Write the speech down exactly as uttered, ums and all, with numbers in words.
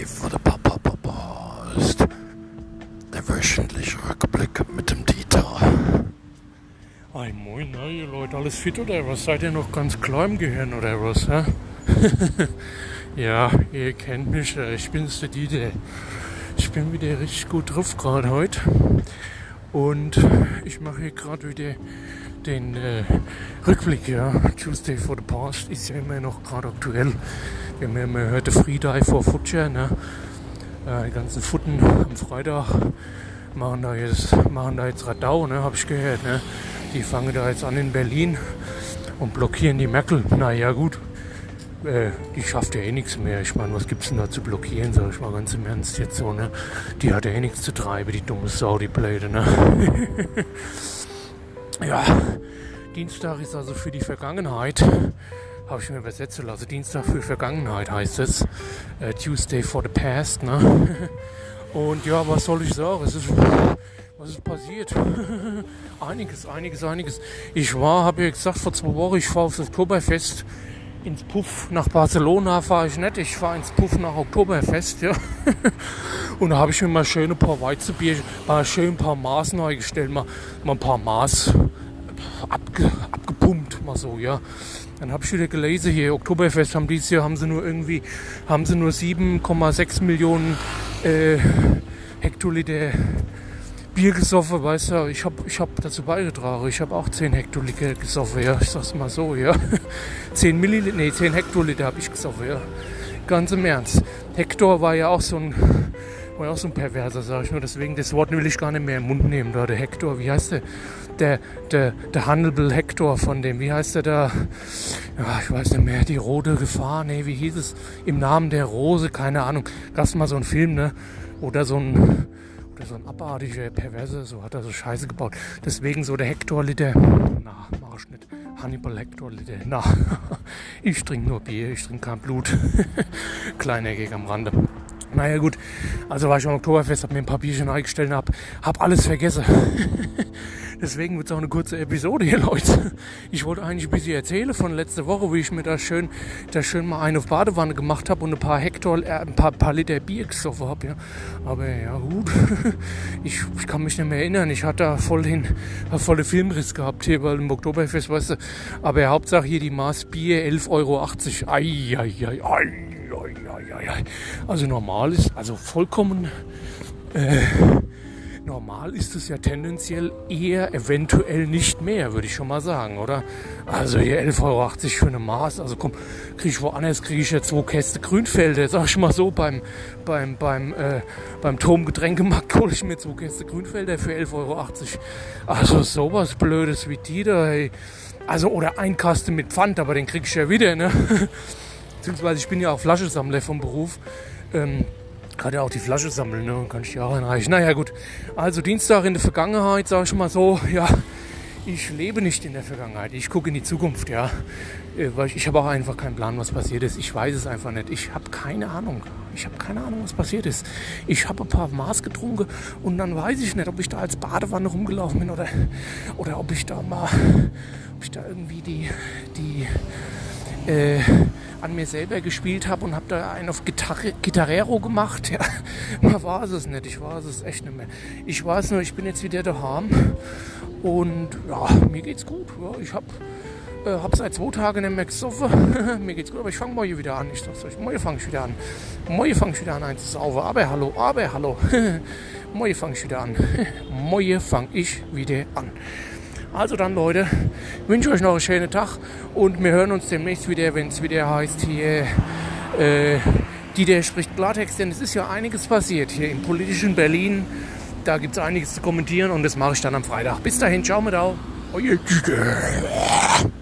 for the Papa Papa ist der wöchentliche Rückblick mit dem Dieter. Hey, moin, na, ihr Leute, alles fit oder was? Seid ihr noch ganz klar im Gehirn oder was? Hä? Ja, ihr kennt mich, ich bin's, der Dieter. Ich bin wieder richtig gut drauf gerade heute. Und ich mache hier gerade wieder den äh, Rückblick, ja. Tuesday for the Past ist ja immer noch gerade aktuell. Wir haben ja immer gehört, der Free Die for Future, ne? Äh, die ganzen Futten am Freitag machen da jetzt, machen da jetzt Radau, ne? Hab ich gehört, ne? Die fangen da jetzt an in Berlin und blockieren die Merkel. Naja, gut. Äh, die schafft ja eh nichts mehr. Ich meine, was gibt's denn da zu blockieren, sag ich mal ganz im Ernst jetzt so, ne? Die hat ja eh nichts zu treiben, die dumme Sau, die Blöde, ne? Ja, Dienstag ist also für die Vergangenheit, habe ich mir übersetzen lassen, Dienstag für Vergangenheit heißt es, äh, Tuesday for the Past, ne? Und ja, was soll ich sagen, es ist, was ist passiert? einiges, einiges, einiges. Ich war, habe ja gesagt, vor zwei Wochen, ich fahre aufs Oktoberfest ins Puff. Nach Barcelona fahre ich nicht, ich fahre ins Puff nach Oktoberfest, ja. Und da habe ich mir mal schön ein paar Weizenbier, mal schön ein paar Maß neu gestellt, mal, mal ein paar Maß abge, abgepumpt, mal so, ja. Dann habe ich wieder gelesen, hier Oktoberfest haben dieses Jahr, haben sie nur irgendwie, haben sie nur sieben Komma sechs Millionen äh, Hektoliter Bier gesoffen, weißt du, ich habe ich hab dazu beigetragen, ich habe auch zehn Hektoliter gesoffen, ja, ich sag's mal so, ja. zehn Milliliter, nee, zehn Hektoliter habe ich gesoffen, ja. Ganz im Ernst. Hektor war ja auch so ein, war ja auch so ein Perverser, sag ich nur, deswegen, das Wort will ich gar nicht mehr im Mund nehmen, da, der Hektor, wie heißt der? Der, der, der Hannibal Hector von dem, wie heißt der da? Ja, ich weiß nicht mehr, die rote Gefahr, nee, wie hieß es? Im Namen der Rose, keine Ahnung. Gab's mal so einen Film, ne? Oder so ein, oder so ein abartiger Perverse, so hat er so Scheiße gebaut. Deswegen so der Hektoliter, na, mach ich nicht. Hannibal Hektoliter, na, ich trinke nur Bier, ich trinke kein Blut. Kleiner Gag am Rande. Naja gut, also war ich am Oktoberfest, hab mir ein paar Bierchen eingestellt und hab, hab alles vergessen. Deswegen wird es auch eine kurze Episode hier, Leute. Ich wollte eigentlich ein bisschen erzählen von letzter Woche, wie ich mir da schön, da schön mal eine auf Badewanne gemacht habe und ein paar Hektar, äh, ein paar, paar Liter Bier gesoffen habe, ja. Aber ja gut, ich, ich kann mich nicht mehr erinnern. Ich hatte da voll den, volle Filmriss gehabt hier bei dem Oktoberfest, weißt du. Aber ja, Hauptsache hier die Maß Bier, elf Euro achtzig. Ei, ei, ei, ei, ei, ei, ei. Also normal ist, also vollkommen... Äh, Normal ist es ja tendenziell eher eventuell nicht mehr, würde ich schon mal sagen, oder? Also hier elf Euro achtzig für eine Maß, also komm, kriege ich woanders, kriege ich ja zwei Käste Grünfelder, sag ich mal so, beim beim beim äh, beim Tom Getränkemarkt hole ich mir zwei Käste Grünfelder für elf Euro achtzig. Also sowas Blödes wie die da, hey. Also oder ein Kasten mit Pfand, aber den krieg ich ja wieder, ne? Beziehungsweise ich bin ja auch Flaschensammler vom Beruf, ähm, kann ja auch die Flasche sammeln, ne? Kann ich die auch einreichen. Naja gut, also Dienstag in der Vergangenheit, sage ich mal so, ja, ich lebe nicht in der Vergangenheit, ich gucke in die Zukunft, ja. Weil ich, ich habe auch einfach keinen Plan, was passiert ist. Ich weiß es einfach nicht. Ich habe keine Ahnung. Ich habe keine Ahnung, was passiert ist. Ich habe ein paar Maß getrunken und dann weiß ich nicht, ob ich da als Badewanne rumgelaufen bin oder, oder ob ich da mal, ob ich da irgendwie die, die, äh, an mir selber gespielt habe und habe da einen auf Gitarre, Gitarrero gemacht. Ja, man weiß es nicht, ich weiß es echt nicht mehr. Ich weiß nur, ich bin jetzt wieder daheim und ja, mir geht's gut. Ja, ich habe äh, hab seit zwei Tagen nicht mehr gesoffen. Mir geht's gut, aber ich fange morgen wieder an. Ich sag's euch, morgen fange ich wieder an. Morgen fange ich wieder an einzusaufen. Aber hallo, aber hallo. Morgen fange ich wieder an. Morgen fange ich wieder an. Also dann, Leute, wünsche euch noch einen schönen Tag und wir hören uns demnächst wieder, wenn es wieder heißt hier, äh, Dieter spricht Klartext, denn es ist ja einiges passiert hier im politischen Berlin. Da gibt es einiges zu kommentieren und das mache ich dann am Freitag. Bis dahin, ciao mit au. Euer Dieter.